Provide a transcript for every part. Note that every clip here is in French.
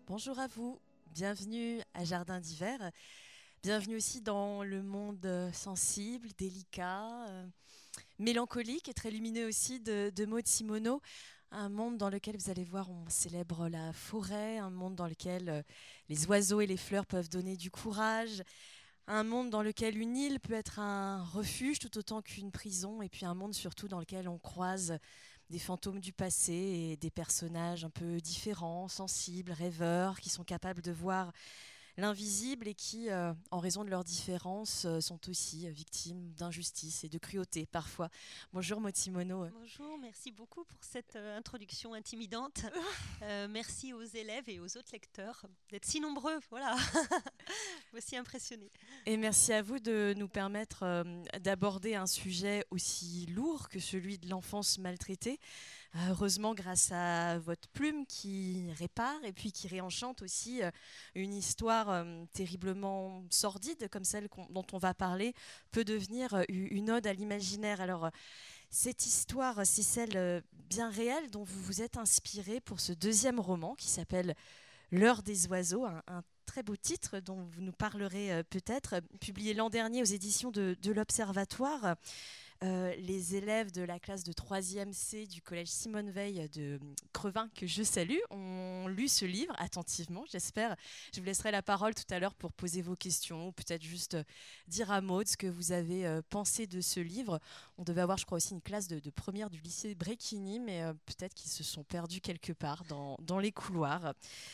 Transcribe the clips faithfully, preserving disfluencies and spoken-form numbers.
Bonjour à vous, bienvenue à Jardin d'hiver, bienvenue aussi dans le monde euh, sensible, délicat, euh, mélancolique et très lumineux aussi de, de Maud Simoneau, un monde dans lequel vous allez voir on célèbre la forêt, un monde dans lequel euh, les oiseaux et les fleurs peuvent donner du courage, un monde dans lequel une île peut être un refuge tout autant qu'une prison, et puis un monde surtout dans lequel on croise des fantômes du passé et des personnages un peu différents, sensibles, rêveurs, qui sont capables de voir l'invisible et qui, euh, en raison de leurs différences, euh, sont aussi euh, victimes d'injustice et de cruauté parfois. Bonjour Maud Simoneau. Bonjour, merci beaucoup pour cette euh, introduction intimidante. Euh, merci aux élèves et aux autres lecteurs d'être si nombreux, voilà, aussi impressionnés. Et merci à vous de nous permettre euh, d'aborder un sujet aussi lourd que celui de l'enfance maltraitée. Euh, heureusement, grâce à votre plume qui répare et puis qui réenchante aussi euh, une histoire euh, terriblement sordide comme celle qu'on- dont on va parler, peut devenir euh, une ode à l'imaginaire. Alors, euh, cette histoire, c'est celle euh, bien réelle dont vous vous êtes inspiré pour ce deuxième roman qui s'appelle L'heure des oiseaux, un, un très beau titre dont vous nous parlerez euh, peut-être, publié l'an dernier aux éditions de, de l'Observatoire. Euh, les élèves de la classe de troisième C du collège Simone Veil de Crevin, que je salue, ont lu ce livre attentivement, j'espère. Je vous laisserai la parole tout à l'heure pour poser vos questions, ou peut-être juste euh, dire à Maud ce que vous avez euh, pensé de ce livre. On devait avoir, je crois, aussi une classe de, de première du lycée Bréquigny, mais euh, peut-être qu'ils se sont perdus quelque part dans, dans les couloirs.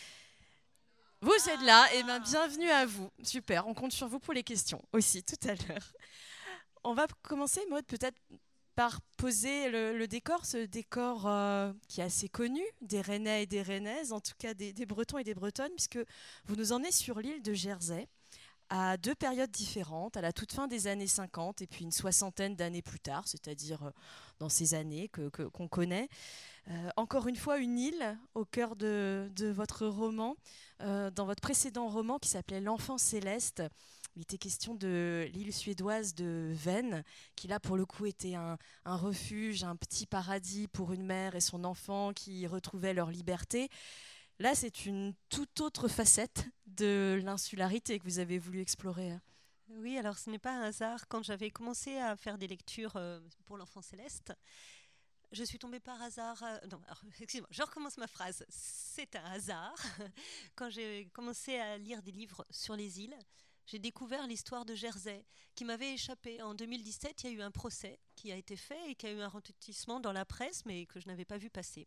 Vous êtes là, et bien bienvenue à vous. Super, on compte sur vous pour les questions aussi tout à l'heure. On va commencer, Maud, peut-être par poser le, le décor, ce décor euh, qui est assez connu des Rennais et des Rennaises, en tout cas des, des Bretons et des Bretonnes, puisque vous nous emmenez sur l'île de Jersey à deux périodes différentes, à la toute fin des années cinquante et puis une soixantaine d'années plus tard, c'est-à-dire euh, dans ces années que, que- qu'on connaît. Euh, encore une fois, une île au cœur de, de votre roman, euh, dans votre précédent roman qui s'appelait L'Enfant Céleste. Il était question de l'île suédoise de Venn, qui là pour le coup était un, un refuge, un petit paradis pour une mère et son enfant qui retrouvaient leur liberté. Là, c'est une toute autre facette de l'insularité que vous avez voulu explorer. Oui, alors ce n'est pas un hasard. Quand j'avais commencé à faire des lectures euh, pour l'enfant céleste, je suis tombée par hasard. euh, non, alors, excusez-moi, je recommence ma phrase. C'est un hasard. Quand j'ai commencé à lire des livres sur les îles, j'ai découvert l'histoire de Jersey qui m'avait échappé. En deux mille dix-sept, il y a eu un procès qui a été fait et qui a eu un retentissement dans la presse, mais que je n'avais pas vu passer.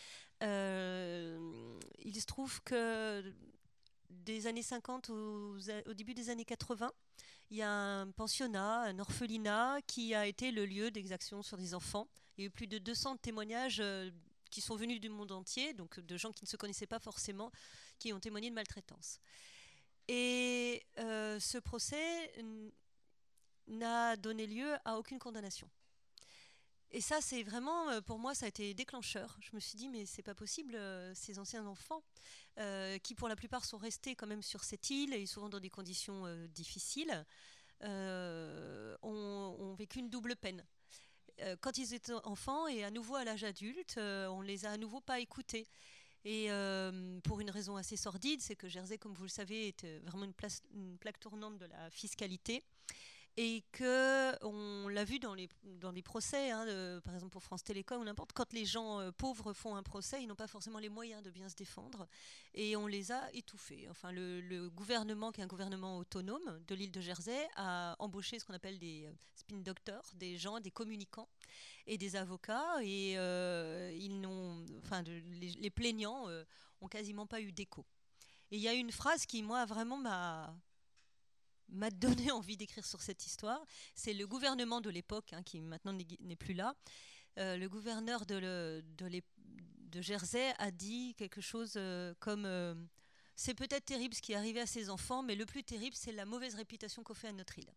Euh, il se trouve que des années cinquante aux- au début des années quatre-vingts, il y a un pensionnat, un orphelinat qui a été le lieu d'exactions sur des enfants. Il y a eu plus de deux cents témoignages euh, qui sont venus du monde entier, donc de gens qui ne se connaissaient pas forcément, qui ont témoigné de maltraitance. Et euh, ce procès n- n'a donné lieu à aucune condamnation. Et ça, c'est vraiment, euh, pour moi, ça a été déclencheur. Je me suis dit, mais c'est pas possible, euh, ces anciens enfants, euh, qui pour la plupart sont restés quand même sur cette île, et souvent dans des conditions euh, difficiles, euh, ont, ont vécu une double peine. Euh, quand ils étaient enfants et à nouveau à l'âge adulte, euh, on les a à nouveau pas écoutés. Et euh, pour une raison assez sordide, c'est que Jersey, comme vous le savez, est euh, vraiment une, place, une plaque tournante de la fiscalité et que on l'a vu dans les, dans les procès, hein, de, par exemple pour France Télécom ou n'importe, quand les gens euh, pauvres font un procès, ils n'ont pas forcément les moyens de bien se défendre et on les a étouffés. Enfin, le, le gouvernement, qui est un gouvernement autonome de l'île de Jersey, a embauché ce qu'on appelle des euh, spin doctors, des gens, des communicants et des avocats, et euh, ils n'ont, enfin, de, les, les plaignants euh, ont quasiment pas eu d'écho. Et il y a une phrase qui, moi, vraiment m'a m'a donné envie d'écrire sur cette histoire. C'est le gouvernement de l'époque, hein, qui maintenant n'est plus là. Euh, le gouverneur de, le, de, de, Jersey a dit quelque chose euh, comme euh, c'est peut-être terrible ce qui est arrivé à ces enfants, mais le plus terrible, c'est la mauvaise réputation qu'on fait à notre île.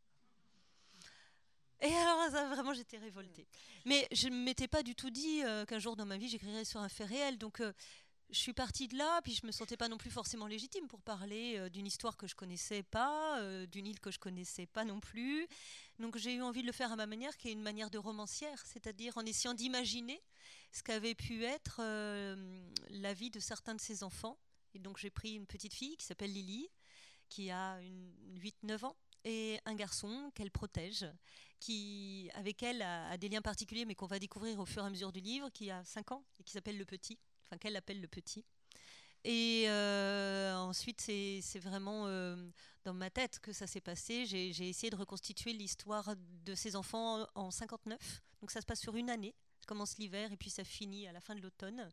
Et alors, ça, vraiment, j'étais révoltée. Mais je ne m'étais pas du tout dit euh, qu'un jour dans ma vie, j'écrirais sur un fait réel. Donc, euh, je suis partie de là, puis je me sentais pas non plus forcément légitime pour parler euh, d'une histoire que je connaissais pas, euh, d'une île que je connaissais pas non plus. Donc j'ai eu envie de le faire à ma manière, qui est une manière de romancière, c'est-à-dire en essayant d'imaginer ce qu'avait pu être euh, la vie de certains de ces enfants Et donc j'ai pris une petite fille qui s'appelle Lily, qui a huit neuf ans, et un garçon qu'elle protège, qui avec elle a, a des liens particuliers, mais qu'on va découvrir au fur et à mesure du livre, qui a cinq ans et qui s'appelle le Petit, enfin qu'elle appelle le Petit. Et euh, ensuite, c'est, c'est vraiment euh, dans ma tête que ça s'est passé. J'ai, j'ai essayé de reconstituer l'histoire de ces enfants en cinquante-neuf. Donc ça se passe sur une année. Ça commence l'hiver et puis ça finit à la fin de l'automne.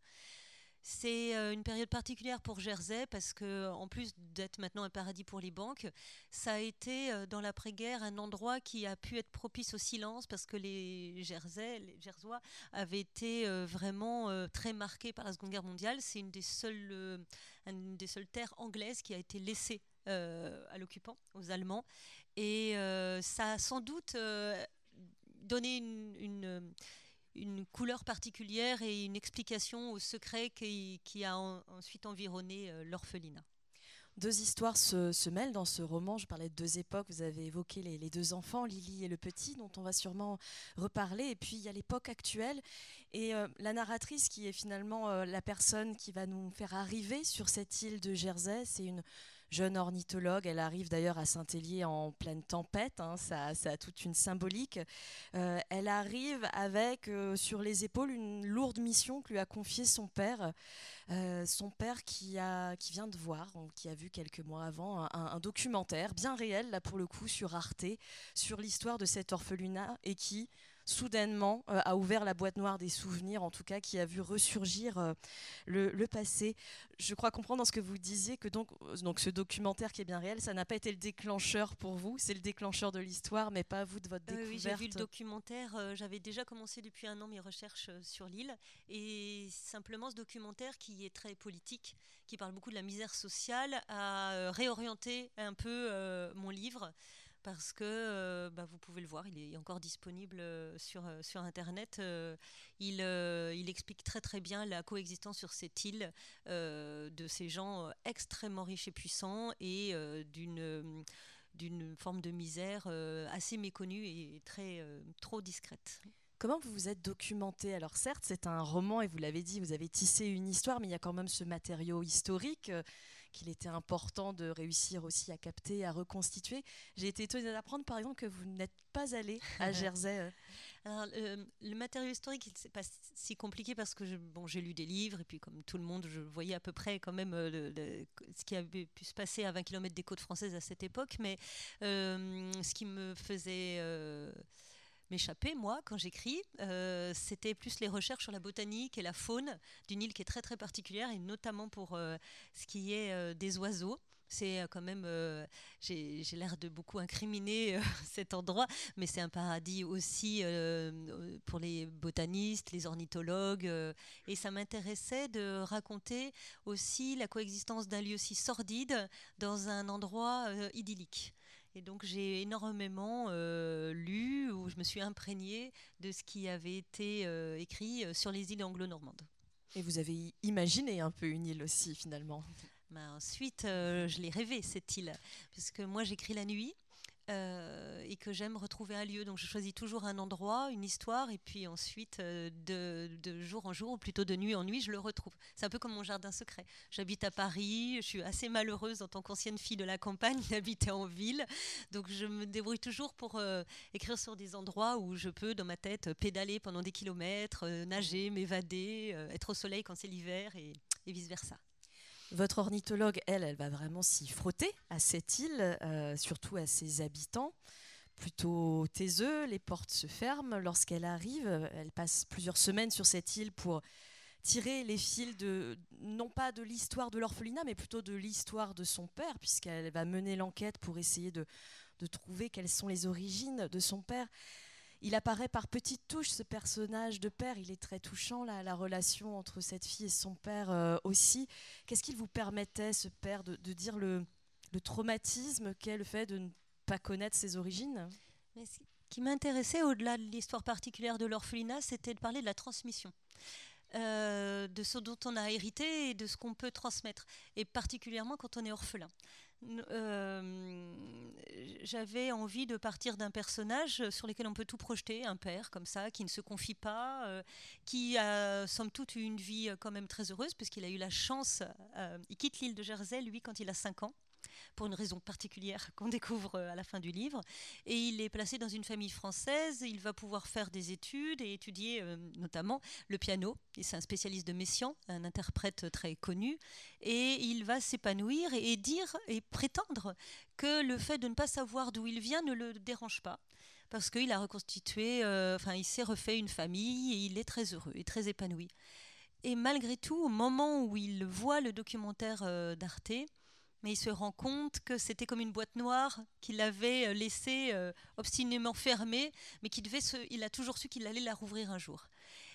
C'est euh, une période particulière pour Jersey parce que, en plus d'être maintenant un paradis pour les banques, ça a été euh, dans l'après-guerre un endroit qui a pu être propice au silence parce que les Jersey, les Gersois avaient été euh, vraiment euh, très marqués par la Seconde Guerre mondiale. C'est une des seules, euh, une des seules terres anglaises qui a été laissée euh, à l'occupant, aux Allemands, et euh, ça a sans doute euh, donné une, une une couleur particulière et une explication au secret qui, qui a en, ensuite environné euh, l'orphelinat. Deux histoires se, se mêlent dans ce roman. Je parlais de deux époques. Vous avez évoqué les, les deux enfants, Lily et le petit, dont on va sûrement reparler. Et puis il y a l'époque actuelle et euh, la narratrice qui est finalement euh, la personne qui va nous faire arriver sur cette île de Jersey. C'est une jeune ornithologue. Elle arrive d'ailleurs à Saint-Hélier en pleine tempête. Hein, ça, ça a toute une symbolique. Euh, elle arrive avec euh, sur les épaules une lourde mission que lui a confiée son père. Euh, son père qui, a, qui vient de voir, qui a vu quelques mois avant un, un documentaire bien réel, là pour le coup, sur Arte, sur l'histoire de cet orphelinat et qui, soudainement, euh, a ouvert la boîte noire des souvenirs, en tout cas, qui a vu ressurgir euh, le, le passé. Je crois comprendre dans ce que vous disiez que donc, donc ce documentaire qui est bien réel, ça n'a pas été le déclencheur pour vous, c'est le déclencheur de l'histoire, mais pas vous de votre découverte. Euh, oui, j'ai vu le documentaire, euh, j'avais déjà commencé depuis un an mes recherches euh, sur l'île, et simplement ce documentaire qui est très politique, qui parle beaucoup de la misère sociale, a euh, réorienté un peu euh, mon livre. Parce que euh, bah, vous pouvez le voir, il est encore disponible euh, sur, euh, sur Internet. Euh, il, euh, il explique très très bien la coexistence sur cette île euh, de ces gens euh, extrêmement riches et puissants et euh, d'une, euh, d'une forme de misère euh, assez méconnue et très euh, trop discrète. Comment vous vous êtes documenté? Alors certes, c'est un roman et vous l'avez dit, vous avez tissé une histoire, mais il y a quand même ce matériau historique euh, qu'il était important de réussir aussi à capter, à reconstituer. J'ai été étonnée d'apprendre par exemple que vous n'êtes pas allé à Jersey. Euh. Alors, euh, le matériau historique, c'est pas si compliqué parce que je, bon, j'ai lu des livres et puis comme tout le monde, je voyais à peu près quand même euh, le, le, ce qui avait pu se passer à vingt kilomètres des côtes françaises à cette époque. Mais euh, ce qui me faisait euh, m'échapper, moi, quand j'écris, euh, c'était plus les recherches sur la botanique et la faune d'une île qui est très très particulière et notamment pour euh, ce qui est euh, des oiseaux. C'est euh, quand même, euh, j'ai, j'ai l'air de beaucoup incriminer euh, cet endroit, mais c'est un paradis aussi euh, pour les botanistes, les ornithologues, euh, et ça m'intéressait de raconter aussi la coexistence d'un lieu si sordide dans un endroit euh, idyllique. Et donc j'ai énormément euh, lu ou je me suis imprégnée de ce qui avait été euh, écrit sur les îles anglo-normandes. Et vous avez imaginé un peu une île aussi finalement. Ben ensuite, euh, je l'ai rêvé cette île, parce que moi j'écris la nuit. Euh, et que j'aime retrouver un lieu. Donc je choisis toujours un endroit, une histoire, et puis ensuite, euh, de, de jour en jour, ou plutôt de nuit en nuit, je le retrouve. C'est un peu comme mon jardin secret. J'habite à Paris, je suis assez malheureuse en tant qu'ancienne fille de la campagne d'habiter en ville. Donc je me débrouille toujours pour euh, écrire sur des endroits où je peux, dans ma tête, pédaler pendant des kilomètres, euh, nager, m'évader, euh, être au soleil quand c'est l'hiver, et, et vice-versa. Votre ornithologue, elle, elle va vraiment s'y frotter à cette île, euh, surtout à ses habitants. Plutôt taiseux, les portes se ferment. Lorsqu'elle arrive, elle passe plusieurs semaines sur cette île pour tirer les fils de, non pas de l'histoire de l'orphelinat, mais plutôt de l'histoire de son père, puisqu'elle va mener l'enquête pour essayer de, de trouver quelles sont les origines de son père. Il apparaît par petites touches, ce personnage de père. Il est très touchant, là, la relation entre cette fille et son père euh, aussi. Qu'est-ce qu'il vous permettait, ce père, de, de dire le, le traumatisme qu'est le fait de ne pas connaître ses origines? Mais ce qui m'intéressait, au-delà de l'histoire particulière de l'orphelinat, c'était de parler de la transmission. Euh, de ce dont on a hérité et de ce qu'on peut transmettre, et particulièrement quand on est orphelin. Euh, j'avais envie de partir d'un personnage sur lequel on peut tout projeter, un père comme ça, qui ne se confie pas, euh, qui a somme toute une vie quand même très heureuse, puisqu'il a eu la chance, euh, il quitte l'île de Jersey, lui, quand il a cinq ans, pour une raison particulière qu'on découvre à la fin du livre. Et il est placé dans une famille française, il va pouvoir faire des études et étudier euh, notamment le piano. Et c'est un spécialiste de Messiaen, un interprète très connu. Et il va s'épanouir et, et dire et prétendre que le fait de ne pas savoir d'où il vient ne le dérange pas. Parce qu'il a reconstitué, euh, enfin, il s'est refait une famille et il est très heureux et très épanoui. Et malgré tout, au moment où il voit le documentaire euh, d'Arte, mais il se rend compte que c'était comme une boîte noire qu'il avait laissée euh, obstinément fermée, mais qu'il devait se, il a toujours su qu'il allait la rouvrir un jour.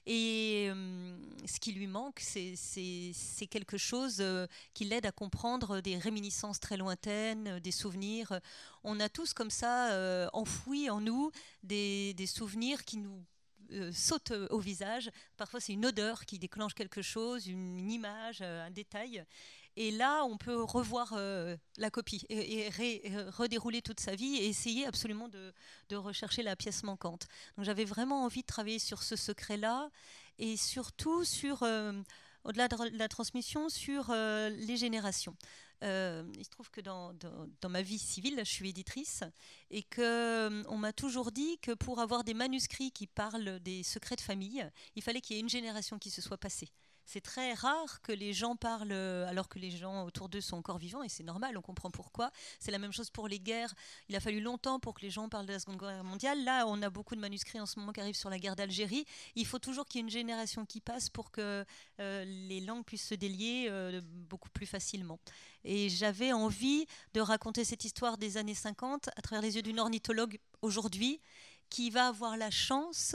Et euh, ce qui lui manque, c'est, c'est, c'est quelque chose euh, qui l'aide à comprendre des réminiscences très lointaines, euh, des souvenirs. On a tous comme ça euh, enfoui en nous des, des souvenirs qui nous Euh, saute au visage. Parfois, c'est une odeur qui déclenche quelque chose, une, une image, euh, un détail. Et là, on peut revoir euh, la copie et, et, ré, et redérouler toute sa vie et essayer absolument de, de rechercher la pièce manquante. Donc, j'avais vraiment envie de travailler sur ce secret-là et surtout sur, euh, au-delà de la transmission, sur euh, les générations. Euh, il se trouve que dans, dans, dans ma vie civile, je suis éditrice et qu'on euh, m'a toujours dit que pour avoir des manuscrits qui parlent des secrets de famille, il fallait qu'il y ait une génération qui se soit passée. C'est très rare que les gens parlent alors que les gens autour d'eux sont encore vivants et c'est normal, on comprend pourquoi. C'est la même chose pour les guerres. Il a fallu longtemps pour que les gens parlent de la Seconde Guerre mondiale. Là, on a beaucoup de manuscrits en ce moment qui arrivent sur la guerre d'Algérie. Il faut toujours qu'il y ait une génération qui passe pour que euh, les langues puissent se délier euh, beaucoup plus facilement. Et j'avais envie de raconter cette histoire des années cinquante à travers les yeux d'une ornithologue aujourd'hui qui va avoir la chance,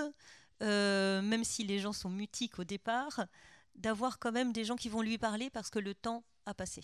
euh, même si les gens sont mutiques au départ, d'avoir quand même des gens qui vont lui parler parce que le temps a passé.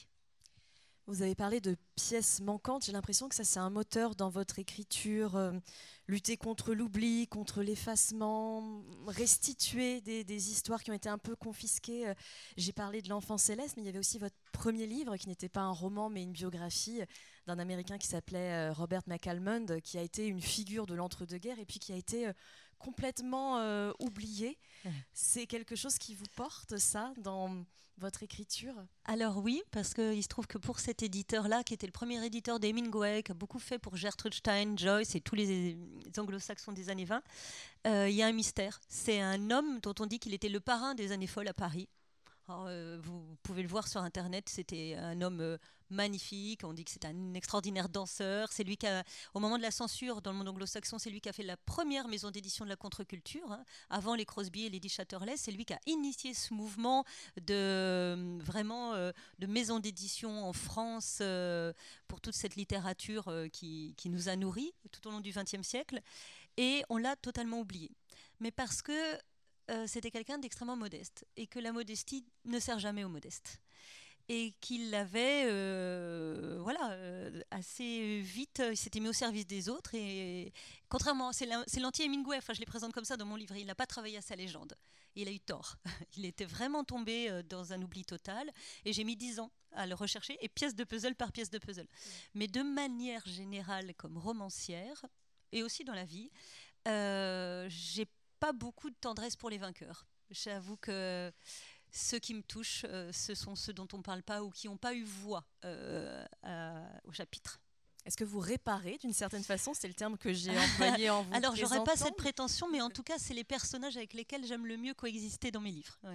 Vous avez parlé de pièces manquantes. J'ai l'impression que ça, c'est un moteur dans votre écriture. Euh, lutter contre l'oubli, contre l'effacement, restituer des, des histoires qui ont été un peu confisquées. Euh, j'ai parlé de l'Enfant céleste, mais il y avait aussi votre premier livre qui n'était pas un roman, mais une biographie d'un Américain qui s'appelait euh, Robert McCalmont, qui a été une figure de l'entre-deux-guerres et puis qui a été euh, complètement euh, oublié. Mmh. C'est quelque chose qui vous porte, ça, dans votre écriture? Alors oui, parce qu'il se trouve que pour cet éditeur-là, qui était le premier éditeur d'Hemingway, qui a beaucoup fait pour Gertrude Stein, Joyce et tous les, les anglo-saxons des années vingt, euh, il y a un mystère. C'est un homme dont on dit qu'il était le parrain des années folles à Paris. Alors, euh, vous pouvez le voir sur Internet, c'était un homme euh, magnifique, on dit que c'est un extraordinaire danseur. C'est lui qui a, au moment de la censure dans le monde anglo-saxon, c'est lui qui a fait la première maison d'édition de la contre-culture, hein, avant les Crosby et Lady Chatterley. C'est lui qui a initié ce mouvement de, vraiment, euh, de maison d'édition en France euh, pour toute cette littérature euh, qui, qui nous a nourris tout au long du vingtième siècle. Et on l'a totalement oublié. Mais parce que Euh, c'était quelqu'un d'extrêmement modeste et que la modestie ne sert jamais aux modestes et qu'il avait euh, voilà, euh, assez vite, il s'était mis au service des autres et contrairement, c'est, c'est l'anti-Hemingway, enfin je les présente comme ça dans mon livre, il n'a pas travaillé à sa légende et il a eu tort, il était vraiment tombé dans un oubli total et j'ai mis dix ans à le rechercher et pièce de puzzle par pièce de puzzle. Mais de manière générale comme romancière et aussi dans la vie, euh, j'ai pas beaucoup de tendresse pour les vainqueurs. J'avoue que ceux qui me touchent, euh, ce sont ceux dont on ne parle pas ou qui n'ont pas eu voix euh, à, au chapitre. Est-ce que vous réparez d'une certaine façon? C'est le terme que j'ai employé en vous Alors, présentant. j'aurais pas cette prétention, mais en tout cas, c'est les personnages avec lesquels j'aime le mieux coexister dans mes livres. Ouais.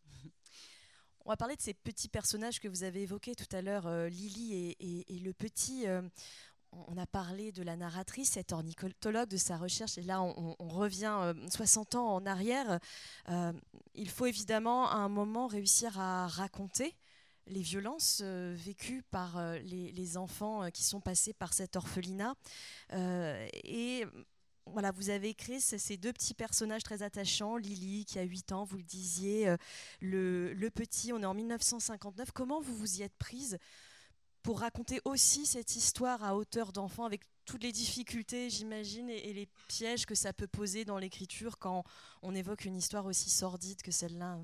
On va parler de ces petits personnages que vous avez évoqués tout à l'heure, euh, Lily et, et, et le petit. Euh, On a parlé de la narratrice, cette ornithologue, de sa recherche, et là on, on revient euh, soixante ans en arrière. Euh, il faut évidemment à un moment réussir à raconter les violences euh, vécues par euh, les, les enfants euh, qui sont passés par cet orphelinat. Euh, et voilà, vous avez créé ces, ces deux petits personnages très attachants, Lily qui a huit ans, vous le disiez, euh, le, le petit, on est en mille neuf cent cinquante-neuf. Comment vous vous y êtes prise pour raconter aussi cette histoire à hauteur d'enfant avec toutes les difficultés, j'imagine, et, et les pièges que ça peut poser dans l'écriture quand on évoque une histoire aussi sordide que celle-là?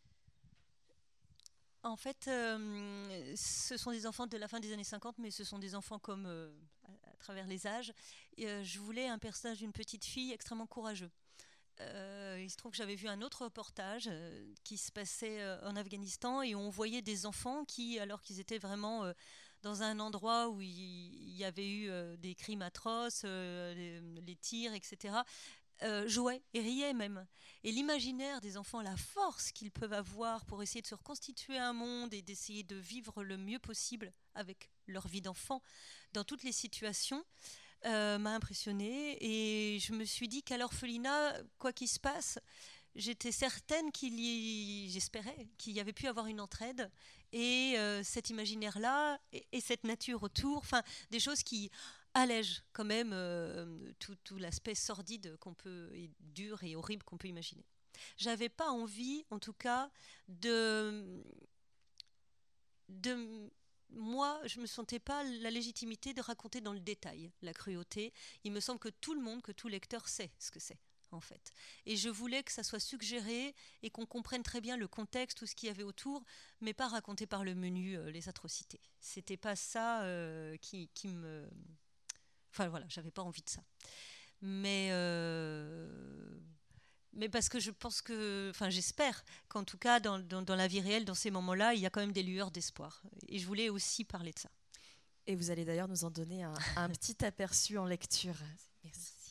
En fait, euh, ce sont des enfants de la fin des années cinquante, mais ce sont des enfants comme euh, à travers les âges. Et, euh, je voulais un personnage d'une petite fille extrêmement courageux. Euh, il se trouve que j'avais vu un autre reportage euh, qui se passait euh, en Afghanistan et on voyait des enfants qui, alors qu'ils étaient vraiment euh, dans un endroit où il, il y avait eu euh, des crimes atroces, euh, les, les tirs, et cetera, euh, jouaient et riaient même. Et l'imaginaire des enfants, la force qu'ils peuvent avoir pour essayer de se reconstituer un monde et d'essayer de vivre le mieux possible avec leur vie d'enfant dans toutes les situations, Euh, m'a impressionnée et je me suis dit qu'à l'orphelinat, quoi qu'il se passe, j'étais certaine qu'il y, j'espérais qu'il y avait pu avoir une entraide et euh, cet imaginaire-là et, et cette nature autour, enfin des choses qui allègent quand même euh, tout, tout l'aspect sordide qu'on peut et dur et horrible qu'on peut imaginer. J'avais pas envie, en tout cas, de de moi, je ne me sentais pas la légitimité de raconter dans le détail la cruauté. Il me semble que tout le monde, que tout lecteur sait ce que c'est, en fait. Et je voulais que ça soit suggéré et qu'on comprenne très bien le contexte, tout ce qu'il y avait autour, mais pas raconté par le menu euh, les atrocités. C'était pas ça euh, qui, qui me... Enfin voilà, j'avais pas envie de ça. Mais... Euh... Mais parce que je pense que, enfin j'espère qu'en tout cas dans, dans, dans la vie réelle, dans ces moments-là, il y a quand même des lueurs d'espoir. Et je voulais aussi parler de ça. Et vous allez d'ailleurs nous en donner un, un petit aperçu en lecture. Merci.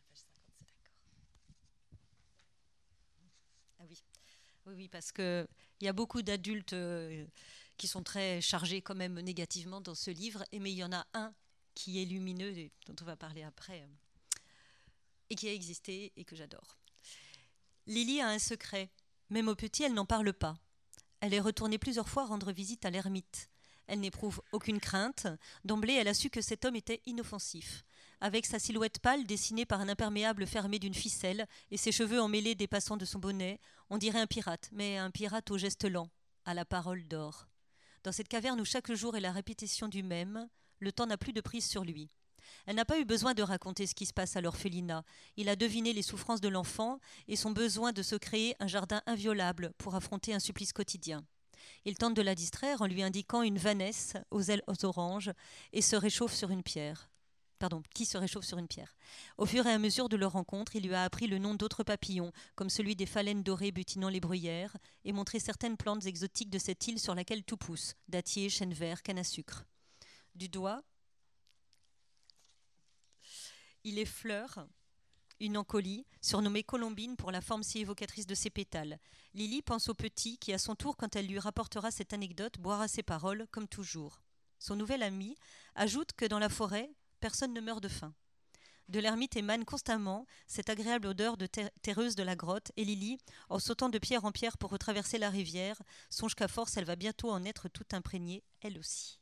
Ah oui, oui, oui parce qu'il y a beaucoup d'adultes euh, qui sont très chargés quand même négativement dans ce livre, et, mais il y en a un qui est lumineux, et dont on va parler après, euh, et qui a existé et que j'adore. Lily a un secret. Même au petit, elle n'en parle pas. Elle est retournée plusieurs fois rendre visite à l'ermite. Elle n'éprouve aucune crainte. D'emblée, elle a su que cet homme était inoffensif. Avec sa silhouette pâle dessinée par un imperméable fermé d'une ficelle et ses cheveux emmêlés dépassant de son bonnet, on dirait un pirate, mais un pirate au geste lent, à la parole d'or. Dans cette caverne où chaque jour est la répétition du même, le temps n'a plus de prise sur lui. Elle n'a pas eu besoin de raconter ce qui se passe à l'orphelinat. Il a deviné les souffrances de l'enfant et son besoin de se créer un jardin inviolable pour affronter un supplice quotidien. Il tente de la distraire en lui indiquant une vanesse aux ailes oranges et se réchauffe sur une pierre. Pardon, qui se réchauffe sur une pierre. Au fur et à mesure de leur rencontre, il lui a appris le nom d'autres papillons, comme celui des phalènes dorées butinant les bruyères, et montré certaines plantes exotiques de cette île sur laquelle tout pousse, dattier, chêne vert, canne à sucre. Du doigt, il effleure une encolie, surnommée Colombine pour la forme si évocatrice de ses pétales. Lily pense au petit qui, à son tour, quand elle lui rapportera cette anecdote, boira ses paroles, comme toujours. Son nouvel ami ajoute que dans la forêt, personne ne meurt de faim. De l'ermite émane constamment cette agréable odeur de ter- terreuse de la grotte, et Lily, en sautant de pierre en pierre pour retraverser la rivière, songe qu'à force, elle va bientôt en être tout imprégnée, elle aussi.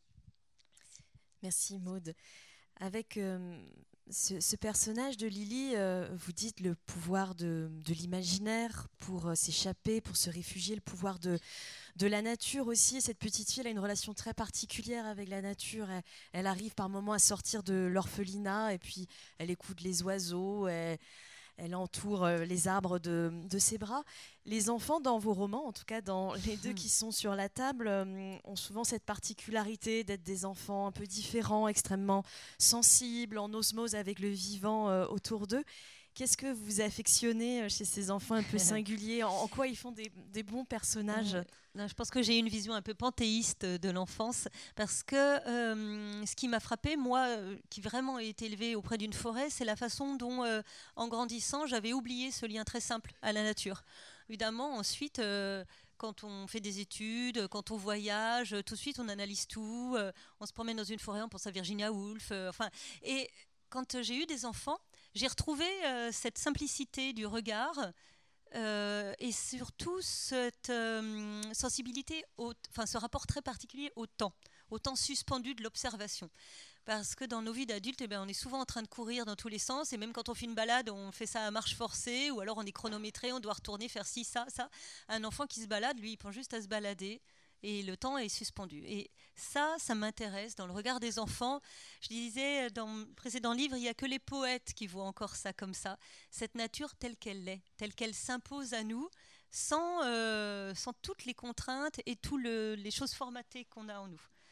Merci Maude. Avec euh, ce, ce personnage de Lily, euh, vous dites le pouvoir de, de l'imaginaire pour euh, s'échapper, pour se réfugier, le pouvoir de, de la nature aussi. Cette petite fille elle a une relation très particulière avec la nature. Elle, elle arrive par moments à sortir de l'orphelinat et puis elle écoute les oiseaux, elle, elle entoure euh, les arbres de, de ses bras. Les enfants dans vos romans, en tout cas dans les deux qui sont sur la table, euh, ont souvent cette particularité d'être des enfants un peu différents, extrêmement sensibles, en osmose avec le vivant euh, autour d'eux. Qu'est-ce que vous affectionnez chez ces enfants un peu singuliers? En, en quoi ils font des, des bons personnages? Euh, non, je pense que j'ai une vision un peu panthéiste de l'enfance parce que euh, ce qui m'a frappée, moi, euh, qui vraiment ai été élevée auprès d'une forêt, c'est la façon dont, euh, en grandissant, j'avais oublié ce lien très simple à la nature. Évidemment, ensuite, euh, quand on fait des études, quand on voyage, tout de suite, on analyse tout. Euh, on se promène dans une forêt, on pense à Virginia Woolf. Euh, enfin, et quand j'ai eu des enfants, j'ai retrouvé euh, cette simplicité du regard euh, et surtout cette euh, sensibilité, au, enfin ce rapport très particulier au temps, au temps suspendu de l'observation. Parce que dans nos vies d'adultes, eh bien, on est souvent en train de courir dans tous les sens, et même quand on fait une balade, on fait ça à marche forcée, ou alors on est chronométré, on doit retourner faire ci, ça, ça. Un enfant qui se balade, lui, il pense juste à se balader, et le temps est suspendu. Et ça, ça m'intéresse dans le regard des enfants. Je disais dans le précédent livre, il n'y a que les poètes qui voient encore ça comme ça, cette nature telle qu'elle est, telle qu'elle s'impose à nous, sans, euh, sans toutes les contraintes et toutes le, les choses formatées qu'on a en nous.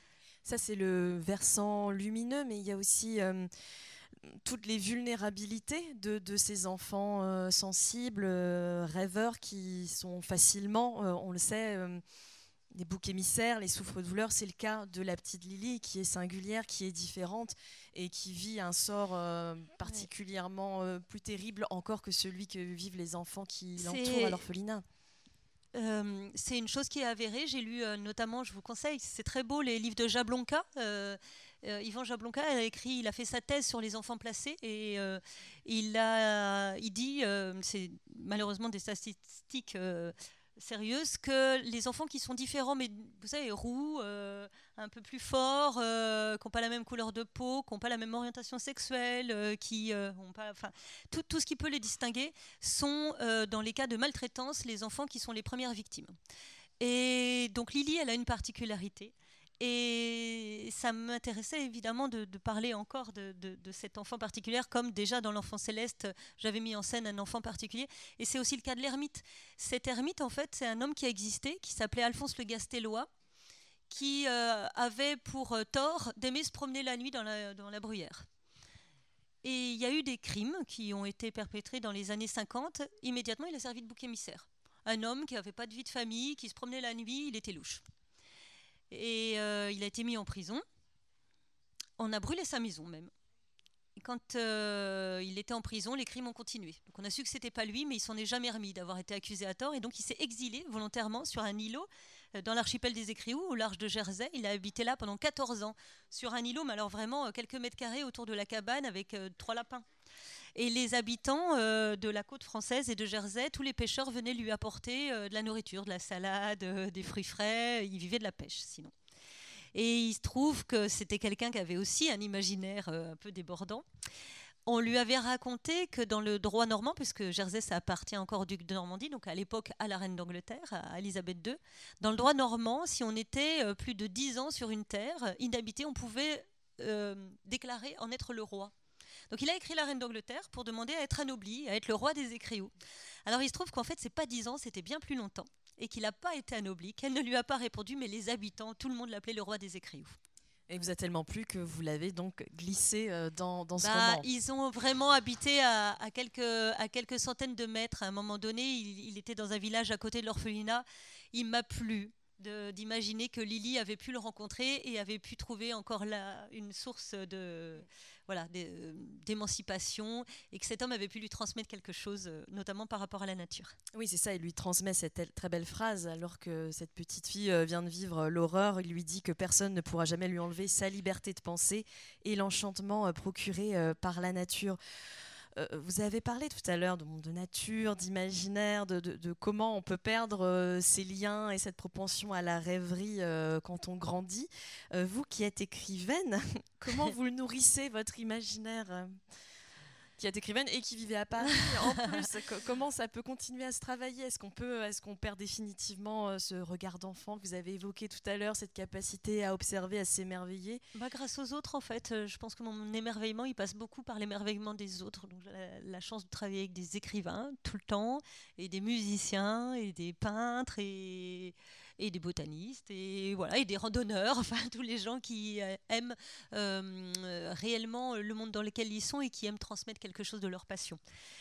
Ça, c'est le versant lumineux, mais il y a aussi euh, toutes les vulnérabilités de, de ces enfants euh, sensibles, euh, rêveurs, qui sont facilement, euh, on le sait, euh, des boucs émissaires, les souffres-douleurs. C'est le cas de la petite Lily, qui est singulière, qui est différente et qui vit un sort euh, particulièrement euh, plus terrible encore que celui que vivent les enfants qui l'entourent à l'orphelinat. Euh, c'est une chose qui est avérée. J'ai lu euh, notamment, je vous conseille, c'est très beau, les livres de Jablonka. Euh, euh, Yvan Jablonka a écrit, il a fait sa thèse sur les enfants placés et euh, il, a, il dit, euh, c'est malheureusement des statistiques euh, sérieuses, que les enfants qui sont différents, mais vous savez, roux, euh, un peu plus forts, euh, qui n'ont pas la même couleur de peau, qui n'ont pas la même orientation sexuelle, euh, qui euh, ont pas, enfin, tout, tout ce qui peut les distinguer, sont euh, dans les cas de maltraitance les enfants qui sont les premières victimes. Et donc Lily, elle a une particularité. Et ça m'intéressait évidemment de, de parler encore de, de, de cet enfant particulier, comme déjà dans l'Enfant Céleste, j'avais mis en scène un enfant particulier. Et c'est aussi le cas de l'ermite. Cet ermite, en fait, c'est un homme qui a existé, qui s'appelait Alphonse le Gastellois, qui euh, avait pour euh, tort d'aimer se promener la nuit dans la, dans la bruyère. Et il y a eu des crimes qui ont été perpétrés dans les années cinquante. Immédiatement, il a servi de bouc émissaire. Un homme qui n'avait pas de vie de famille, qui se promenait la nuit, il était louche. Et euh, il a été mis en prison. On a brûlé sa maison même. Et quand euh, il était en prison, les crimes ont continué. Donc on a su que c'était pas lui, mais il s'en est jamais remis d'avoir été accusé à tort. Et donc il s'est exilé volontairement sur un îlot euh, dans l'archipel des Écrious, au large de Jersey. Il a habité là pendant quatorze ans, sur un îlot, mais alors vraiment euh, quelques mètres carrés autour de la cabane avec euh, trois lapins. Et les habitants euh, de la côte française et de Jersey, tous les pêcheurs venaient lui apporter euh, de la nourriture, de la salade, euh, des fruits frais. Il vivait de la pêche sinon. Et il se trouve que c'était quelqu'un qui avait aussi un imaginaire euh, un peu débordant. On lui avait raconté que dans le droit normand, puisque Jersey ça appartient encore au duc de Normandie, donc à l'époque à la reine d'Angleterre, à Elisabeth deux, dans le droit normand, si on était euh, plus de dix ans sur une terre inhabitée, on pouvait euh, déclarer en être le roi. Donc il a écrit la reine d'Angleterre pour demander à être anobli, à être le roi des Écrious. Alors il se trouve qu'en fait c'est pas dix ans, c'était bien plus longtemps, et qu'il n'a pas été anobli, qu'elle ne lui a pas répondu, mais les habitants, tout le monde l'appelait le roi des Écrious. Et vous a tellement plu que vous l'avez donc glissé euh, dans, dans ce bah, roman. Ils ont vraiment habité à, à, quelques, à quelques centaines de mètres. À un moment donné, il, il était dans un village à côté de l'orphelinat. Il m'a plu de, d'imaginer que Lily avait pu le rencontrer et avait pu trouver encore là une source de, voilà, d'émancipation, et que cet homme avait pu lui transmettre quelque chose, notamment par rapport à la nature. Oui, c'est ça, il lui transmet cette très belle phrase, alors que cette petite fille vient de vivre l'horreur. Il lui dit que personne ne pourra jamais lui enlever sa liberté de penser et l'enchantement procuré par la nature. Euh, vous avez parlé tout à l'heure de, de nature, d'imaginaire, de, de, de comment on peut perdre euh, ces liens et cette propension à la rêverie euh, quand on grandit. Euh, vous qui êtes écrivaine, comment vous le nourrissez, votre imaginaire euh, qui est écrivaine et qui vivait à Paris en plus, comment ça peut continuer à se travailler? Est-ce qu'on peut, est-ce qu'on perd définitivement euh, ce regard d'enfant que vous avez évoqué tout à l'heure, cette capacité à observer, à s'émerveiller? Bah, grâce aux autres, en fait. Je pense que mon émerveillement, il passe beaucoup par l'émerveillement des autres. Donc, j'ai la, la chance de travailler avec des écrivains tout le temps, et des musiciens, et des peintres, et, et des botanistes, et, voilà, et des randonneurs, enfin tous les gens qui euh, aiment euh, réellement le monde dans lequel ils sont et qui aiment transmettre quelque chose de leur passion.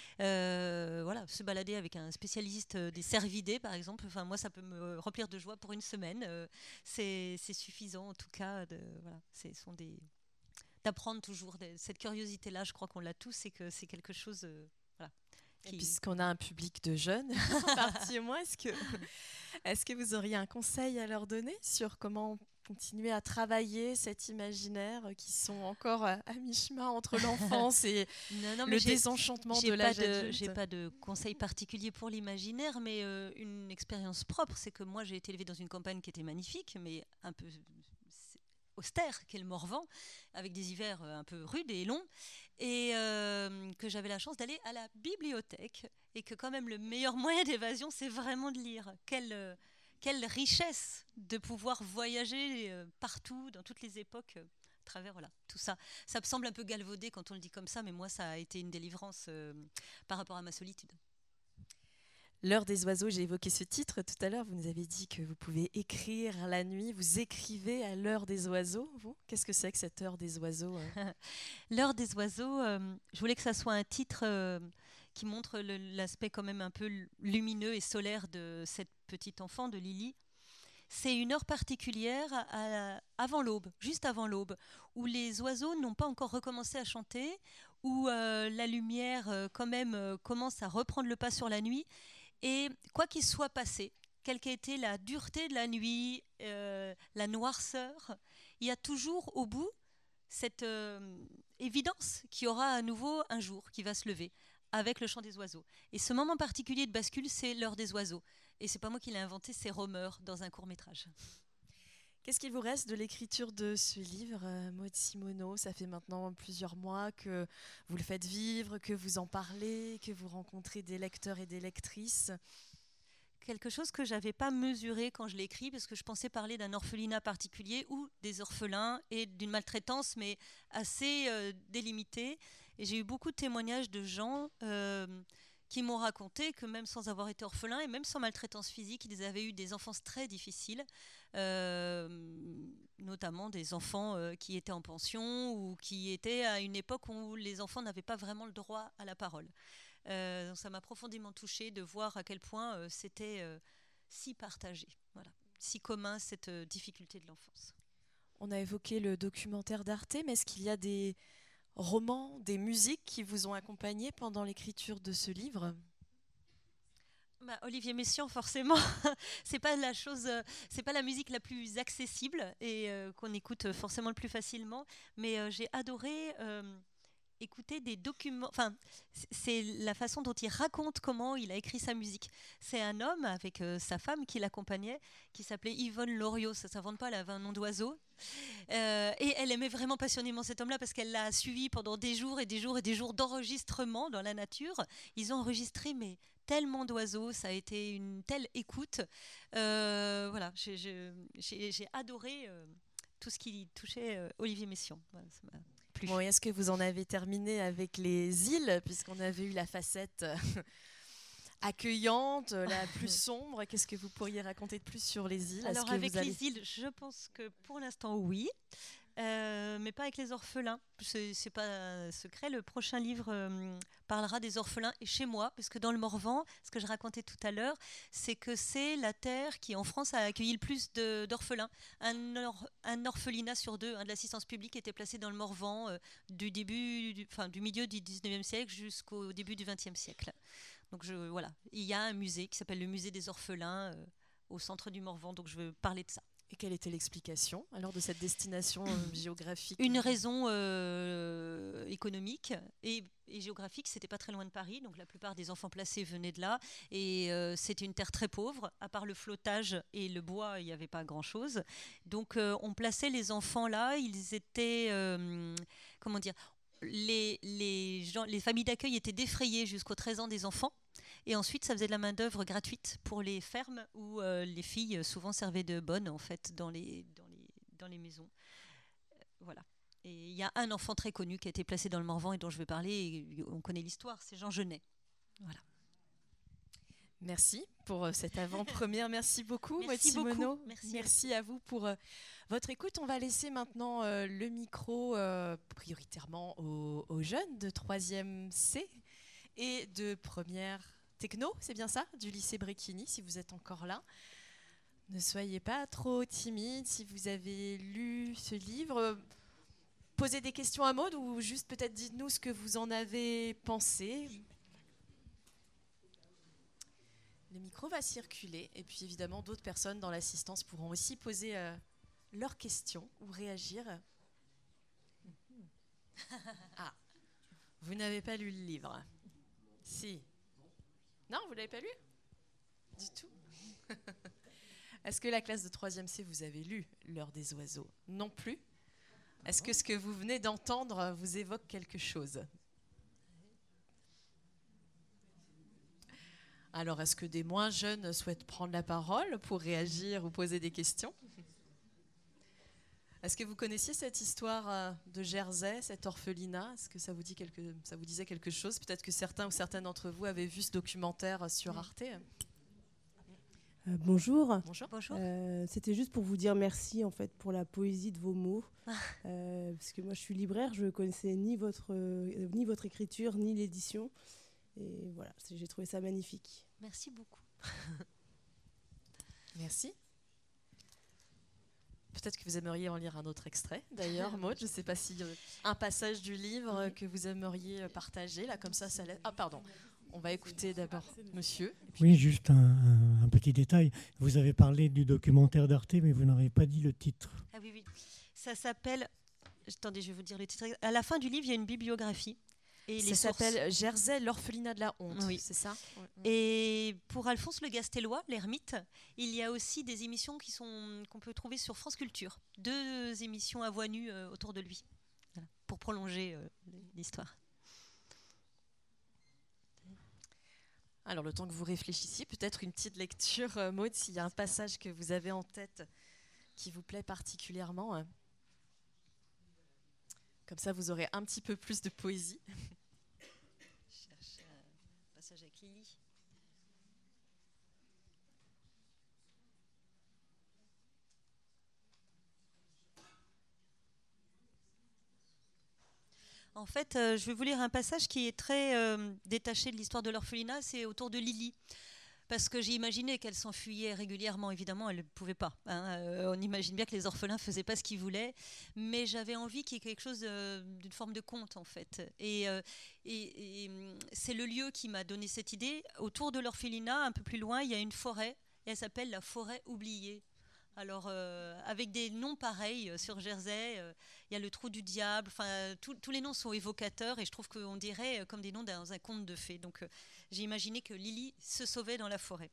Euh, voilà, se balader avec un spécialiste des cervidés, par exemple, enfin, moi, ça peut me remplir de joie pour une semaine. Euh, c'est, c'est suffisant, en tout cas. De, voilà, ce sont des... d'apprendre toujours. De, cette curiosité-là, je crois qu'on l'a tous et que c'est quelque chose... Euh, voilà, qui... Puisqu'on a un public de jeunes, en partie moi, est-ce que, est-ce que vous auriez un conseil à leur donner sur comment continuer à travailler cet imaginaire qui sont encore à, à mi-chemin entre l'enfance et non, non, le désenchantement de l'âge adulte? J'ai pas de conseil particulier pour l'imaginaire, mais euh, une expérience propre, c'est que moi j'ai été élevée dans une campagne qui était magnifique, mais un peu austère, qu'est le Morvan, avec des hivers un peu rudes et longs, et euh, que j'avais la chance d'aller à la bibliothèque, et que quand même le meilleur moyen d'évasion, c'est vraiment de lire. Quelle... Euh, Quelle richesse de pouvoir voyager euh, partout, dans toutes les époques, euh, à travers voilà, tout ça. Ça me semble un peu galvaudé quand on le dit comme ça, mais moi, ça a été une délivrance euh, par rapport à ma solitude. L'heure des oiseaux, j'ai évoqué ce titre tout à l'heure. Vous nous avez dit que vous pouvez écrire la nuit. Vous écrivez à l'heure des oiseaux, vous ? Qu'est-ce que c'est que cette heure des oiseaux euh L'heure des oiseaux, euh, je voulais que ça soit un titre euh, qui montre le- l'aspect quand même un peu lumineux et solaire de cette petite enfant, de Lily. C'est une heure particulière à- avant l'aube, juste avant l'aube, où les oiseaux n'ont pas encore recommencé à chanter, où euh, la lumière euh, quand même euh, commence à reprendre le pas sur la nuit. Et quoi qu'il soit passé, quelle qu'ait été la dureté de la nuit, euh, la noirceur, il y a toujours au bout cette euh, évidence qu'il y aura à nouveau un jour qui va se lever avec le chant des oiseaux. Et ce moment particulier de bascule, c'est l'heure des oiseaux. Et c'est pas moi qui l'ai inventé, c'est Romer dans un court-métrage. Qu'est-ce qu'il vous reste de l'écriture de ce livre, euh, Maud Simoneau ? Ça fait maintenant plusieurs mois que vous le faites vivre, que vous en parlez, que vous rencontrez des lecteurs et des lectrices. Quelque chose que j'avais pas mesuré quand je l'ai écrit, parce que je pensais parler d'un orphelinat particulier ou des orphelins et d'une maltraitance, mais assez euh, délimitée. Et j'ai eu beaucoup de témoignages de gens euh, qui m'ont raconté que même sans avoir été orphelins et même sans maltraitance physique, ils avaient eu des enfances très difficiles, euh, notamment des enfants euh, qui étaient en pension ou qui étaient à une époque où les enfants n'avaient pas vraiment le droit à la parole. Euh, donc ça m'a profondément touchée de voir à quel point euh, c'était euh, si partagé, voilà, si commun cette euh, difficulté de l'enfance. On a évoqué le documentaire d'Arte, mais est-ce qu'il y a des romans, des musiques qui vous ont accompagné pendant l'écriture de ce livre ? Bah, Olivier Messiaen, forcément, c'est pas la chose, euh, c'est pas la musique la plus accessible et euh, qu'on écoute forcément le plus facilement, mais euh, j'ai adoré. Euh, écouter des documents, enfin c'est la façon dont il raconte comment il a écrit sa musique. C'est un homme avec euh, sa femme qui l'accompagnait, qui s'appelait Yvonne Loriot, ça s'invente pas, elle avait un nom d'oiseau. Euh, et elle aimait vraiment passionnément cet homme-là parce qu'elle l'a suivi pendant des jours et des jours et des jours d'enregistrement dans la nature. Ils ont enregistré mais tellement d'oiseaux, ça a été une telle écoute. Euh, voilà, j'ai, j'ai, j'ai adoré euh, tout ce qui touchait euh, Olivier Messiaen. Voilà, ça m'a plu. Bon, est-ce que vous en avez terminé avec les îles, puisqu'on avait eu la facette accueillante, la plus sombre ? Qu'est-ce que vous pourriez raconter de plus sur les îles ? Alors que avec vous avez... les îles, je pense que pour l'instant oui, euh, mais pas avec les orphelins. C'est, c'est pas un secret. Le prochain livre euh, parlera des orphelins et chez moi, parce que dans le Morvan, ce que je racontais tout à l'heure, c'est que c'est la terre qui en France a accueilli le plus de, d'orphelins. Un, or, un orphelinat sur deux, hein, de l'assistance publique était placé dans le Morvan euh, du début, du, enfin, du milieu du dix-neuvième siècle jusqu'au début du vingtième siècle. Donc je, voilà, il y a un musée qui s'appelle le musée des orphelins euh, au centre du Morvan, donc je veux parler de ça. Et quelle était l'explication alors de cette destination euh, géographique ? Une raison euh, économique et, et géographique, c'était pas très loin de Paris, donc la plupart des enfants placés venaient de là, et euh, c'était une terre très pauvre, à part le flottage et le bois, il n'y avait pas grand-chose. Donc euh, on plaçait les enfants là, ils étaient, euh, comment dire, les, les, gens, les familles d'accueil étaient défrayées jusqu'aux treize ans des enfants. Et ensuite, ça faisait de la main-d'œuvre gratuite pour les fermes où euh, les filles souvent servaient de bonnes en fait dans les, dans les, dans les maisons. Euh, voilà. Et il y a un enfant très connu qui a été placé dans le Morvan et dont je vais parler. Et on connaît l'histoire, c'est Jean Genet. Voilà. Merci pour cette avant-première. Merci beaucoup, Maud Merci Simoneau. beaucoup. Merci, Merci à vous pour euh, votre écoute. On va laisser maintenant euh, le micro euh, prioritairement aux, aux jeunes de troisième C et de première techno, c'est bien ça, du lycée Bréquigny, si vous êtes encore là. Ne soyez pas trop timide si vous avez lu ce livre. Posez des questions à Maud ou juste peut-être dites-nous ce que vous en avez pensé. Le micro va circuler et puis évidemment d'autres personnes dans l'assistance pourront aussi poser euh, leurs questions ou réagir. Ah, vous n'avez pas lu le livre ? Si. Non, vous ne l'avez pas lu ? Du tout. Est-ce que la classe de troisième C, vous avez lu L'heure des oiseaux ? Non plus. Est-ce que ce que vous venez d'entendre vous évoque quelque chose ? Alors, est-ce que des moins jeunes souhaitent prendre la parole pour réagir ou poser des questions ? Est-ce que vous connaissiez cette histoire euh, de Jersey, cet orphelinat? Est-ce que ça vous, dit quelque, ça vous disait quelque chose? Peut-être que certains ou certaines d'entre vous avaient vu ce documentaire sur Arte. Euh, bonjour. Bonjour. Bonjour. Euh, C'était juste pour vous dire merci en fait pour la poésie de vos mots, euh, parce que moi je suis libraire, je connaissais ni votre euh, ni votre écriture ni l'édition, et voilà, j'ai trouvé ça magnifique. Merci beaucoup. Merci. Peut-être que vous aimeriez en lire un autre extrait, d'ailleurs, Maud. Je ne sais pas si euh, un passage du livre que vous aimeriez partager, là, comme ça, ça laisse... Ah, pardon. On va écouter d'abord monsieur. Oui, juste un, un, un petit détail. Vous avez parlé du documentaire d'Arte, mais vous n'avez pas dit le titre. Ah oui, oui. Ça s'appelle... Attendez, je vais vous dire le titre. À la fin du livre, il y a une bibliographie. Et ça les s'appelle Jersey, l'orphelinat de la honte, oui. C'est ça? Et pour Alphonse Le Gastellois, l'ermite, il y a aussi des émissions qui sont, qu'on peut trouver sur France Culture. Deux émissions à voix nue euh, autour de lui, voilà, pour prolonger euh, l'histoire. Alors, le temps que vous réfléchissiez, peut-être une petite lecture, euh, Maud, s'il y a un passage que vous avez en tête qui vous plaît particulièrement. Hein. Comme ça, vous aurez un petit peu plus de poésie. Je cherche un passage avec Lily. En fait, euh, je vais vous lire un passage qui est très euh, détaché de l'histoire de l'orphelinat, c'est autour de Lily. Parce que j'ai imaginé qu'elle s'enfuyait régulièrement. Évidemment, elle ne pouvait pas. Hein. Euh, on imagine bien que les orphelins ne faisaient pas ce qu'ils voulaient. Mais j'avais envie qu'il y ait quelque chose euh, d'une forme de conte, en fait. Et, euh, et, et c'est le lieu qui m'a donné cette idée. Autour de l'orphelinat, un peu plus loin, il y a une forêt. Et elle s'appelle la forêt oubliée. Alors, euh, avec des noms pareils euh, sur Jersey, euh, il y a le trou du diable. Enfin, tous les noms sont évocateurs. Et je trouve qu'on dirait euh, comme des noms dans un conte de fées. Donc, euh, j'ai imaginé que Lily se sauvait dans la forêt.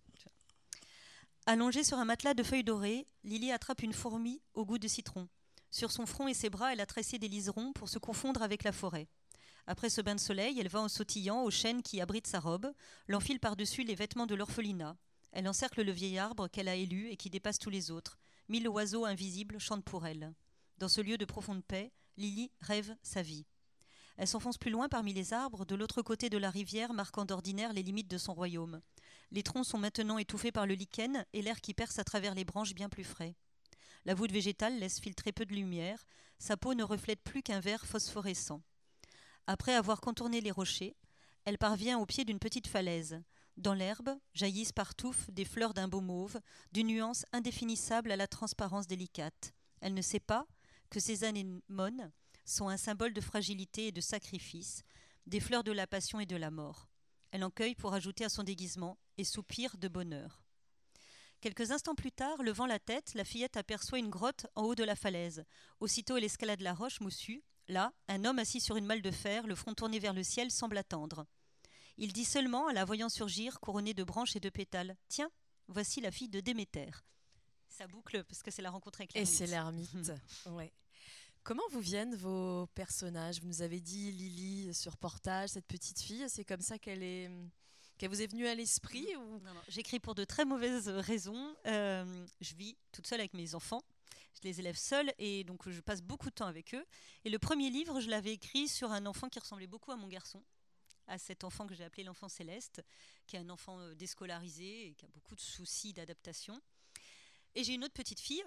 Allongée sur un matelas de feuilles dorées, Lily attrape une fourmi au goût de citron. Sur son front et ses bras, elle a tressé des liserons pour se confondre avec la forêt. Après ce bain de soleil, elle va en sautillant aux chênes qui abritent sa robe, l'enfile par-dessus les vêtements de l'orphelinat. Elle encercle le vieil arbre qu'elle a élu et qui dépasse tous les autres. Mille oiseaux invisibles chantent pour elle. Dans ce lieu de profonde paix, Lily rêve sa vie. Elle s'enfonce plus loin parmi les arbres, de l'autre côté de la rivière, marquant d'ordinaire les limites de son royaume. Les troncs sont maintenant étouffés par le lichen et l'air qui perce à travers les branches bien plus frais. La voûte végétale laisse filtrer peu de lumière, sa peau ne reflète plus qu'un vert phosphorescent. Après avoir contourné les rochers, elle parvient au pied d'une petite falaise. Dans l'herbe, jaillissent par touffes des fleurs d'un beau mauve, d'une nuance indéfinissable à la transparence délicate. Elle ne sait pas que ces anémones sont un symbole de fragilité et de sacrifice, des fleurs de la passion et de la mort. Elle en cueille pour ajouter à son déguisement et soupire de bonheur. Quelques instants plus tard, levant la tête, la fillette aperçoit une grotte en haut de la falaise. Aussitôt, elle escalade la roche moussue. Là, un homme assis sur une malle de fer, le front tourné vers le ciel, semble attendre. Il dit seulement, à la voyant surgir, couronnée de branches et de pétales, « Tiens, voici la fille de Déméter. » Ça boucle parce que c'est la rencontre avec l'ermite. Et c'est l'ermite. Ouais. Comment vous viennent vos personnages? Vous nous avez dit Lily sur Portage, cette petite fille, c'est comme ça qu'elle est, qu'elle vous est venue à l'esprit ou... Non, non, j'écris pour de très mauvaises raisons. Euh, je vis toute seule avec mes enfants. Je les élève seule et donc je passe beaucoup de temps avec eux. Et le premier livre, je l'avais écrit sur un enfant qui ressemblait beaucoup à mon garçon, à cet enfant que j'ai appelé l'enfant céleste, qui est un enfant déscolarisé et qui a beaucoup de soucis d'adaptation. Et j'ai une autre petite fille,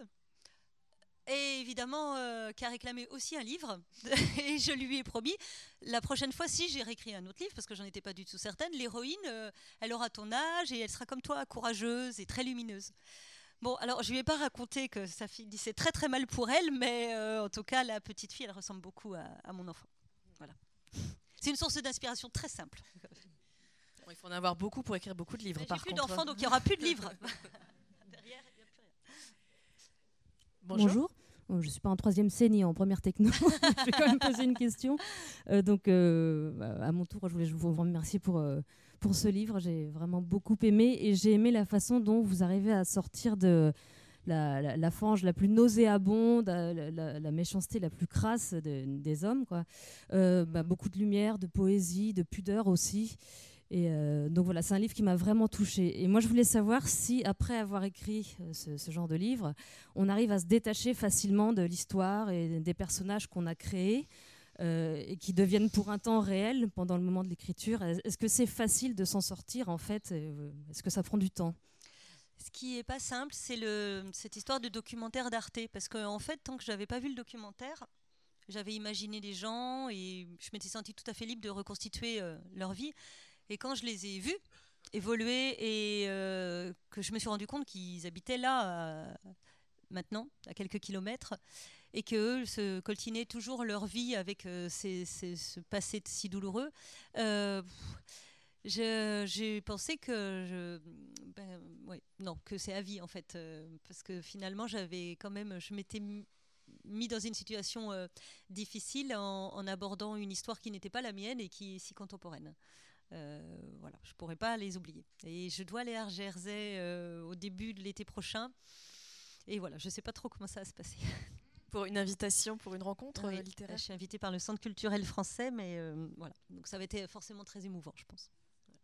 et évidemment, euh, qui a réclamé aussi un livre. Et je lui ai promis, la prochaine fois, si j'ai réécrit un autre livre, parce que j'en étais pas du tout certaine, l'héroïne, euh, elle aura ton âge et elle sera comme toi, courageuse et très lumineuse. Bon, alors je lui ai pas raconté que ça finissait très très mal pour elle, mais euh, en tout cas, la petite fille, elle ressemble beaucoup à, à mon enfant. Voilà. C'est une source d'inspiration très simple. Bon, il faut en avoir beaucoup pour écrire beaucoup de livres. J'ai par plus contre. d'enfants, donc il n'y aura plus de livres. Derrière, il n'y a plus rien. Bonjour. Bonjour. Je ne suis pas en troisième C ni en première techno. Je vais quand même poser une question. Euh, donc, euh, à mon tour, je voulais vous remercier pour, euh, pour ce livre. J'ai vraiment beaucoup aimé et j'ai aimé la façon dont vous arrivez à sortir de la, la, la fange la plus nauséabonde, la, la, la méchanceté la plus crasse de, des hommes, quoi. Euh, bah, beaucoup de lumière, de poésie, de pudeur aussi. Et euh, donc voilà, c'est un livre qui m'a vraiment touchée. Et moi, je voulais savoir si, après avoir écrit euh, ce, ce genre de livre, on arrive à se détacher facilement de l'histoire et des personnages qu'on a créés euh, et qui deviennent pour un temps réels pendant le moment de l'écriture. Est-ce que c'est facile de s'en sortir, en fait? Est-ce que ça prend du temps? Ce qui n'est pas simple, c'est le, cette histoire de documentaire d'Arte. Parce qu'en en fait, tant que je n'avais pas vu le documentaire, j'avais imaginé des gens et je m'étais sentie tout à fait libre de reconstituer euh, leur vie. Et quand je les ai vus évoluer et euh, que je me suis rendu compte qu'ils habitaient là, euh, maintenant, à quelques kilomètres, et qu'eux se coltinaient toujours leur vie avec euh, ces, ces, ce passé si douloureux, euh, je, j'ai pensé que, je, ben, ouais, non, que c'est à vie en fait. Euh, parce que finalement, j'avais quand même, je m'étais mis dans une situation euh, difficile en, en abordant une histoire qui n'était pas la mienne et qui est si contemporaine. Euh, voilà, je ne pourrais pas les oublier. Et je dois aller à Jersey euh, au début de l'été prochain. Et voilà, je ne sais pas trop comment ça va se passer. Pour une invitation, pour une rencontre oui, euh, littéraire. Je suis invitée par le Centre culturel français, mais euh, voilà. Donc ça va être forcément très émouvant, je pense. Voilà.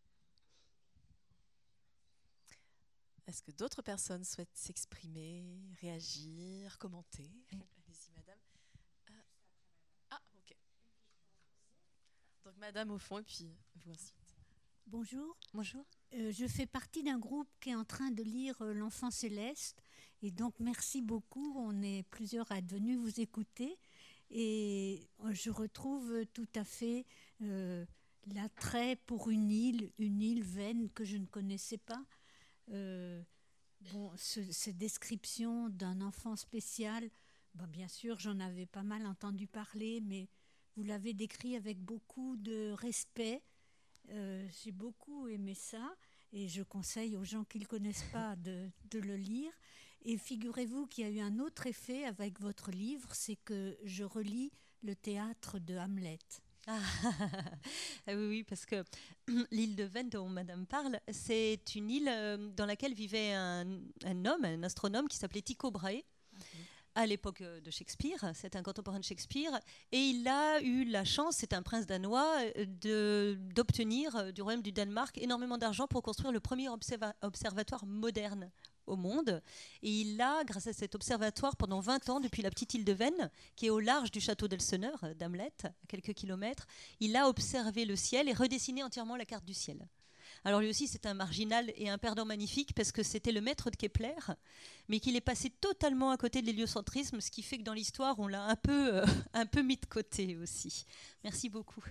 Est-ce que d'autres personnes souhaitent s'exprimer, réagir, commenter? Allez-y, madame. Euh, ah, ok. Donc madame au fond et puis vous ensuite. Bonjour. Bonjour. Euh, je fais partie d'un groupe qui est en train de lire euh, L'Enfant Céleste. Et donc, merci beaucoup. On est plusieurs à être venus vous écouter. Et euh, je retrouve tout à fait euh, l'attrait pour une île, une île Vène que je ne connaissais pas. Euh, bon, ce, cette description d'un enfant spécial, bon, bien sûr, j'en avais pas mal entendu parler, mais vous l'avez décrit avec beaucoup de respect. Euh, j'ai beaucoup aimé ça et je conseille aux gens qui ne le connaissent pas de, de le lire. Et figurez-vous qu'il y a eu un autre effet avec votre livre, c'est que je relis le théâtre de Hamlet. Ah, ah oui, oui, parce que l'île de Vène dont Madame parle, c'est une île dans laquelle vivait un, un homme, un astronome qui s'appelait Tycho Brahe. Okay. À l'époque de Shakespeare, c'est un contemporain de Shakespeare, et il a eu la chance, c'est un prince danois, de, d'obtenir du royaume du Danemark énormément d'argent pour construire le premier observa- observatoire moderne au monde. Et il a, grâce à cet observatoire, pendant vingt ans, depuis la petite île de Vène, qui est au large du château d'Elseneur, d'Hamlet, à quelques kilomètres, il a observé le ciel et redessiné entièrement la carte du ciel. Alors lui aussi, c'est un marginal et un perdant magnifique parce que c'était le maître de Kepler, mais qu'il est passé totalement à côté de l'héliocentrisme, ce qui fait que dans l'histoire, on l'a un peu, euh, un peu mis de côté aussi. Merci beaucoup.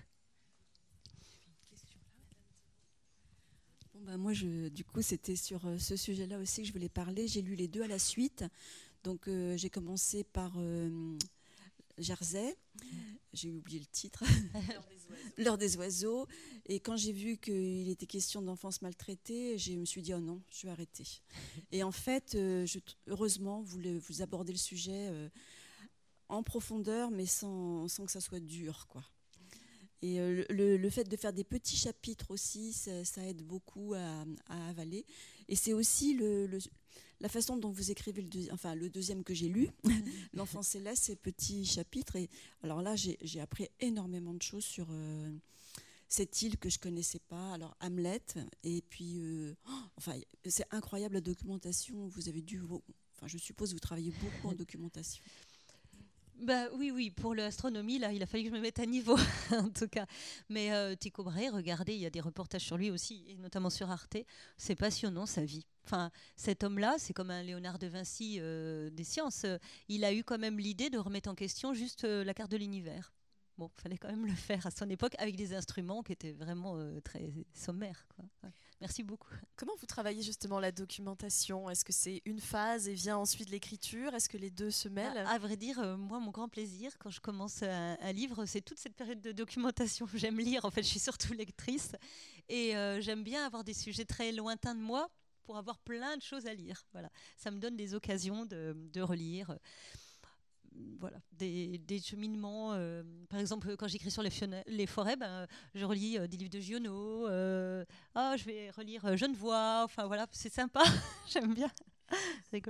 Bon ben moi, je, du coup, c'était sur ce sujet-là aussi que je voulais parler. J'ai lu les deux à la suite. Donc, euh, j'ai commencé par euh, Jersey. J'ai oublié le titre. L'heure des oiseaux. Et quand j'ai vu qu'il était question d'enfance maltraitée, je me suis dit, oh non, je vais arrêter. Et en fait, euh, je, heureusement, vous, le, vous abordez le sujet euh, en profondeur, mais sans, sans que ça soit dur, quoi. Et euh, le, le fait de faire des petits chapitres aussi, ça, ça aide beaucoup à, à avaler. Et c'est aussi le, le, la façon dont vous écrivez le, deuxi- enfin, le deuxième que j'ai lu, L'Enfant Céleste, ces petits chapitres. Et alors là, j'ai, j'ai appris énormément de choses sur euh, cette île que je ne connaissais pas. Alors Hamlet, et puis, euh, oh, enfin, c'est incroyable la documentation. Vous avez dû, enfin, je suppose que vous travaillez beaucoup en documentation. Bah, oui, oui, pour l'astronomie, là, il a fallu que je me mette à niveau, en tout cas. Mais euh, Tycho Brahe, regardez, il y a des reportages sur lui aussi, et notamment sur Arte. C'est passionnant, sa vie. Enfin, cet homme-là, c'est comme un Léonard de Vinci euh, des sciences. Il a eu quand même l'idée de remettre en question juste euh, la carte de l'univers. Bon, il fallait quand même le faire à son époque, avec des instruments qui étaient vraiment euh, très sommaires, quoi. Ouais. Merci beaucoup. Comment vous travaillez justement la documentation? Est-ce que c'est une phase et vient ensuite l'écriture? Est-ce que les deux se mêlent? À, à vrai dire, euh, moi, mon grand plaisir, quand je commence un, un livre, c'est toute cette période de documentation. J'aime lire, en fait, je suis surtout lectrice. Et euh, j'aime bien avoir des sujets très lointains de moi pour avoir plein de choses à lire. Voilà. Ça me donne des occasions de, de relire. Voilà, des, des cheminements. Euh, par exemple, quand j'écris sur les, fiona- les forêts, ben, je relis euh, des livres de Giono. Euh, oh, je vais relire euh, Genevois. Enfin voilà, c'est sympa. J'aime bien. C'est rigolo.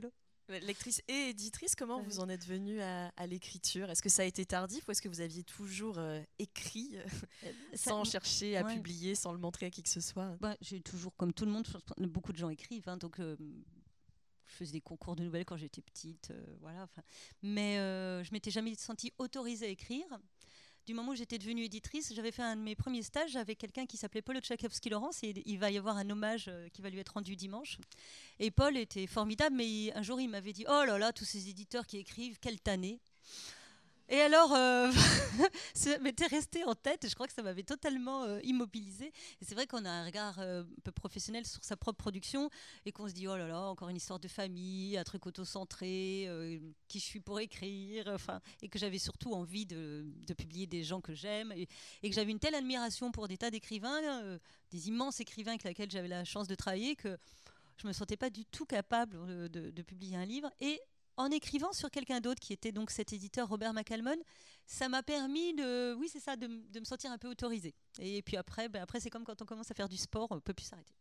Lectrice et éditrice, comment vous en êtes venue à, à l'écriture? Est-ce que ça a été tardif ou est-ce que vous aviez toujours euh, écrit euh, sans ça, chercher à ouais. publier, sans le montrer à qui que ce soit? Bah, j'ai toujours, comme tout le monde, beaucoup de gens écrivent, hein, donc euh, je faisais des concours de nouvelles quand j'étais petite, euh, voilà. Mais euh, je m'étais jamais sentie autorisée à écrire. Du moment où j'étais devenue éditrice, j'avais fait un de mes premiers stages avec quelqu'un qui s'appelait Paul Tchaikovsky-Laurence et il va y avoir un hommage qui va lui être rendu dimanche. Et Paul était formidable, mais il, un jour il m'avait dit « Oh là là, tous ces éditeurs qui écrivent, quelle tannée !» Et alors, euh, ça m'était resté en tête, et je crois que ça m'avait totalement euh, immobilisée. Et c'est vrai qu'on a un regard euh, un peu professionnel sur sa propre production, et qu'on se dit, oh là là, encore une histoire de famille, un truc auto-centré, euh, qui je suis pour écrire, enfin, et que j'avais surtout envie de, de publier des gens que j'aime, et, et que j'avais une telle admiration pour des tas d'écrivains, euh, des immenses écrivains avec lesquels j'avais la chance de travailler, que je ne me sentais pas du tout capable de, de, de publier un livre. Et en écrivant sur quelqu'un d'autre, qui était donc cet éditeur Robert McCalmon, ça m'a permis de, oui c'est ça, de, de me sentir un peu autorisée. Et puis après, ben après c'est comme quand on commence à faire du sport, on ne peut plus s'arrêter.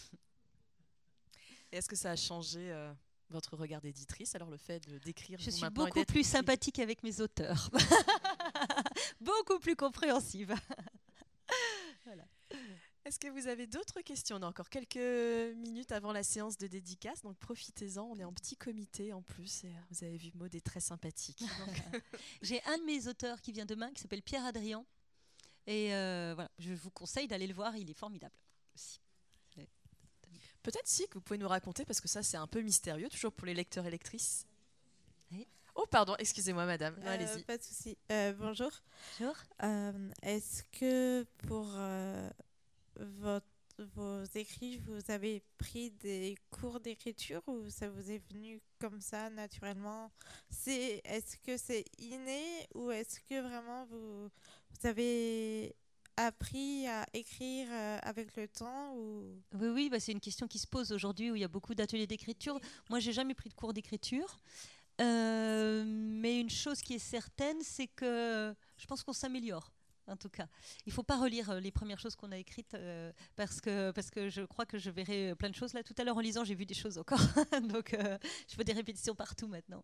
Est-ce que ça a changé euh, votre regard d'éditrice, alors le fait de d'écrire? Je suis beaucoup plus sympathique avec mes auteurs, beaucoup plus compréhensive. Voilà. Est-ce que vous avez d'autres questions? On a encore quelques minutes avant la séance de dédicace, donc profitez-en. On est en petit comité en plus. Et vous avez vu, Maud est très sympathique. J'ai un de mes auteurs qui vient demain, qui s'appelle Pierre Adrien. Et euh, voilà, je vous conseille d'aller le voir, il est formidable aussi. Peut-être si que vous pouvez nous raconter, parce que ça c'est un peu mystérieux, toujours pour les lecteurs et lectrices. Oui. Oh pardon, excusez-moi madame, euh, allez-y. Pas de souci. Euh, bonjour. Bonjour. Euh, est-ce que pour euh, votre, vos écrits, vous avez pris des cours d'écriture ou ça vous est venu comme ça naturellement? C'est, est-ce que c'est inné ou est-ce que vraiment vous, vous avez appris à écrire euh, avec le temps ou... Oui, oui, bah c'est une question qui se pose aujourd'hui où il y a beaucoup d'ateliers d'écriture. Moi, j'ai jamais pris de cours d'écriture. Euh, mais une chose qui est certaine, c'est que je pense qu'on s'améliore. En tout cas, il ne faut pas relire les premières choses qu'on a écrites euh, parce, que, parce que je crois que je verrai plein de choses. Là, tout à l'heure, en lisant, j'ai vu des choses encore. Donc, euh, je fais des répétitions partout maintenant.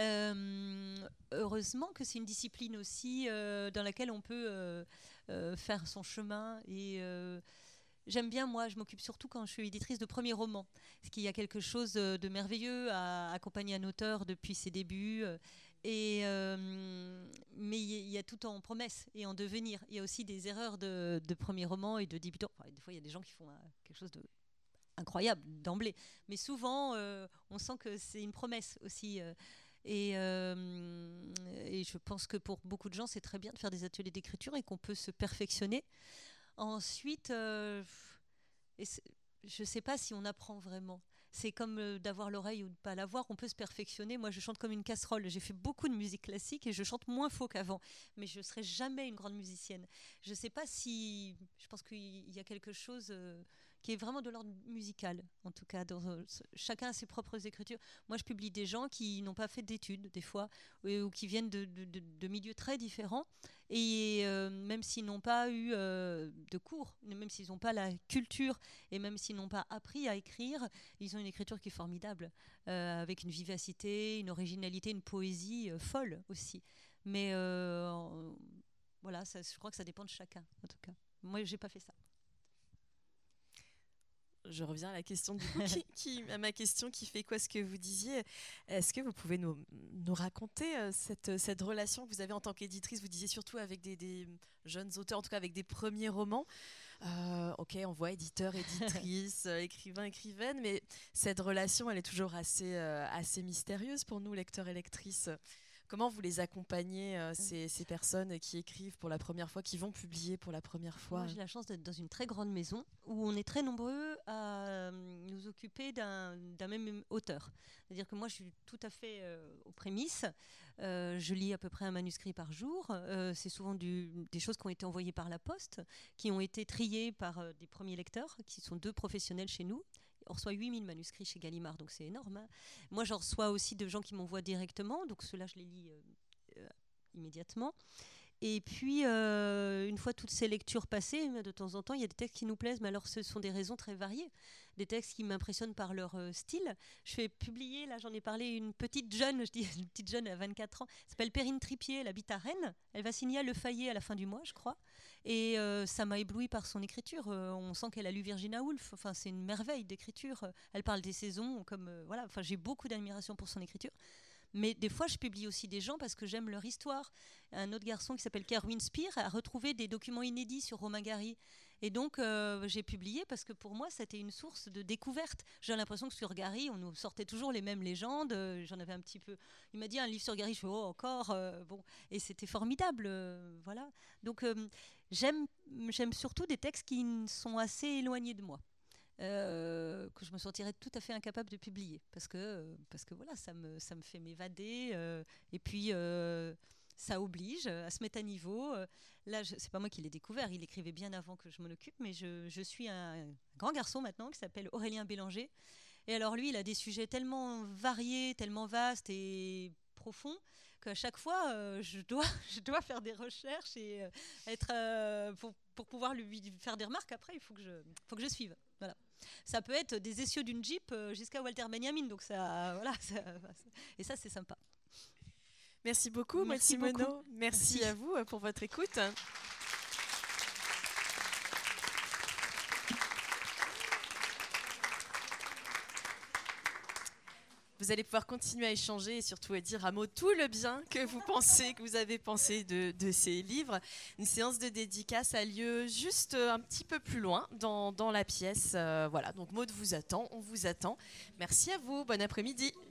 Euh, heureusement que c'est une discipline aussi euh, dans laquelle on peut euh, euh, faire son chemin. Et euh, j'aime bien, moi, je m'occupe surtout quand je suis éditrice de premiers romans. Parce qu'il y a quelque chose de merveilleux à accompagner un auteur depuis ses débuts. Et, euh, mais il y, y a tout en promesse et en devenir. Il y a aussi des erreurs de, de premiers romans et de débutants. Enfin, des fois, il y a des gens qui font euh, quelque chose d'incroyable d'emblée. Mais souvent, euh, on sent que c'est une promesse aussi. Euh, et, euh, et je pense que pour beaucoup de gens, c'est très bien de faire des ateliers d'écriture et qu'on peut se perfectionner. Ensuite, euh, et je ne sais pas si on apprend vraiment. C'est comme euh, d'avoir l'oreille ou de ne pas l'avoir, on peut se perfectionner. Moi, je chante comme une casserole. J'ai fait beaucoup de musique classique et je chante moins faux qu'avant. Mais je ne serai jamais une grande musicienne. Je ne sais pas si... Je pense qu'il y a quelque chose euh, qui est vraiment de l'ordre musical, en tout cas. Dans, euh, chacun a ses propres écritures. Moi, je publie des gens qui n'ont pas fait d'études, des fois, ou, ou qui viennent de, de, de, de milieux très différents. Et euh, même s'ils n'ont pas eu euh, de cours, même s'ils n'ont pas la culture, et même s'ils n'ont pas appris à écrire, ils ont une écriture qui est formidable, euh, avec une vivacité, une originalité, une poésie euh, folle aussi. Mais euh, voilà, ça, je crois que ça dépend de chacun, en tout cas. Moi, j'ai pas fait ça. Je reviens à la question du coup, qui, qui, à ma question qui fait quoi ce que vous disiez. Est-ce que vous pouvez nous, nous raconter euh, cette, cette relation que vous avez en tant qu'éditrice? Vous disiez surtout avec des, des jeunes auteurs, en tout cas avec des premiers romans. Euh, ok, on voit éditeur, éditrice, euh, écrivain, écrivaine, mais cette relation, elle est toujours assez, euh, assez mystérieuse pour nous, lecteurs et lectrices. Comment vous les accompagnez, euh, ces, ces personnes qui écrivent pour la première fois, qui vont publier pour la première fois? Moi, j'ai la chance d'être dans une très grande maison où on est très nombreux à nous occuper d'un, d'un même auteur. C'est-à-dire que moi, je suis tout à fait euh, aux prémices. Euh, je lis à peu près un manuscrit par jour. Euh, c'est souvent du, des choses qui ont été envoyées par la poste, qui ont été triées par euh, des premiers lecteurs, qui sont deux professionnels chez nous. On reçoit huit mille manuscrits chez Gallimard, donc c'est énorme. Hein. Moi, j'en reçois aussi de gens qui m'envoient directement, donc ceux-là, je les lis euh, euh, immédiatement. Et puis, euh, une fois toutes ces lectures passées, de temps en temps, il y a des textes qui nous plaisent, mais alors ce sont des raisons très variées. Des textes qui m'impressionnent par leur euh, style. Je fais publier, là j'en ai parlé, une petite jeune, je dis une petite jeune à vingt-quatre ans, elle s'appelle Perrine Tripier, elle habite à Rennes. Elle va signer à Le Fayet à la fin du mois, je crois. Et euh, ça m'a ébloui par son écriture. Euh, on sent qu'elle a lu Virginia Woolf. Enfin, c'est une merveille d'écriture. Elle parle des saisons, comme euh, voilà. Enfin, j'ai beaucoup d'admiration pour son écriture. Mais des fois, je publie aussi des gens parce que j'aime leur histoire. Un autre garçon qui s'appelle Kerwin Spear a retrouvé des documents inédits sur Romain Gary. Et donc, euh, j'ai publié parce que pour moi, c'était une source de découverte. J'ai l'impression que sur Gary, on nous sortait toujours les mêmes légendes. Euh, j'en avais un petit peu... Il m'a dit un livre sur Gary, je fais « Oh, encore euh, !» Bon, et c'était formidable. Euh, voilà. Donc, euh, j'aime, j'aime surtout des textes qui sont assez éloignés de moi. Euh, que je me sentirais tout à fait incapable de publier parce que, euh, parce que voilà, ça me, ça me fait m'évader euh, et puis euh, ça oblige à se mettre à niveau. Là, je, c'est pas moi qui l'ai découvert, il écrivait bien avant que je m'en occupe, mais je, je suis un, un grand garçon maintenant qui s'appelle Aurélien Bélanger. Et alors lui, il a des sujets tellement variés, tellement vastes et profonds qu'à chaque fois, euh, je, dois, je dois faire des recherches et euh, être, euh, pour, pour pouvoir lui faire des remarques. Après, il faut que je, faut que je suive. Voilà. Ça peut être des essieux d'une Jeep jusqu'à Walter Benjamin, donc ça, voilà, ça, et ça c'est sympa. Merci beaucoup, Merci Mathilde beaucoup. Monod. Merci, Merci à vous pour votre écoute. Vous allez pouvoir continuer à échanger et surtout à dire à mots tout le bien que vous pensez, que vous avez pensé de, de ces livres. Une séance de dédicace a lieu juste un petit peu plus loin dans, dans la pièce. Euh, voilà, donc Maud vous attend, on vous attend. Merci à vous, bon après-midi.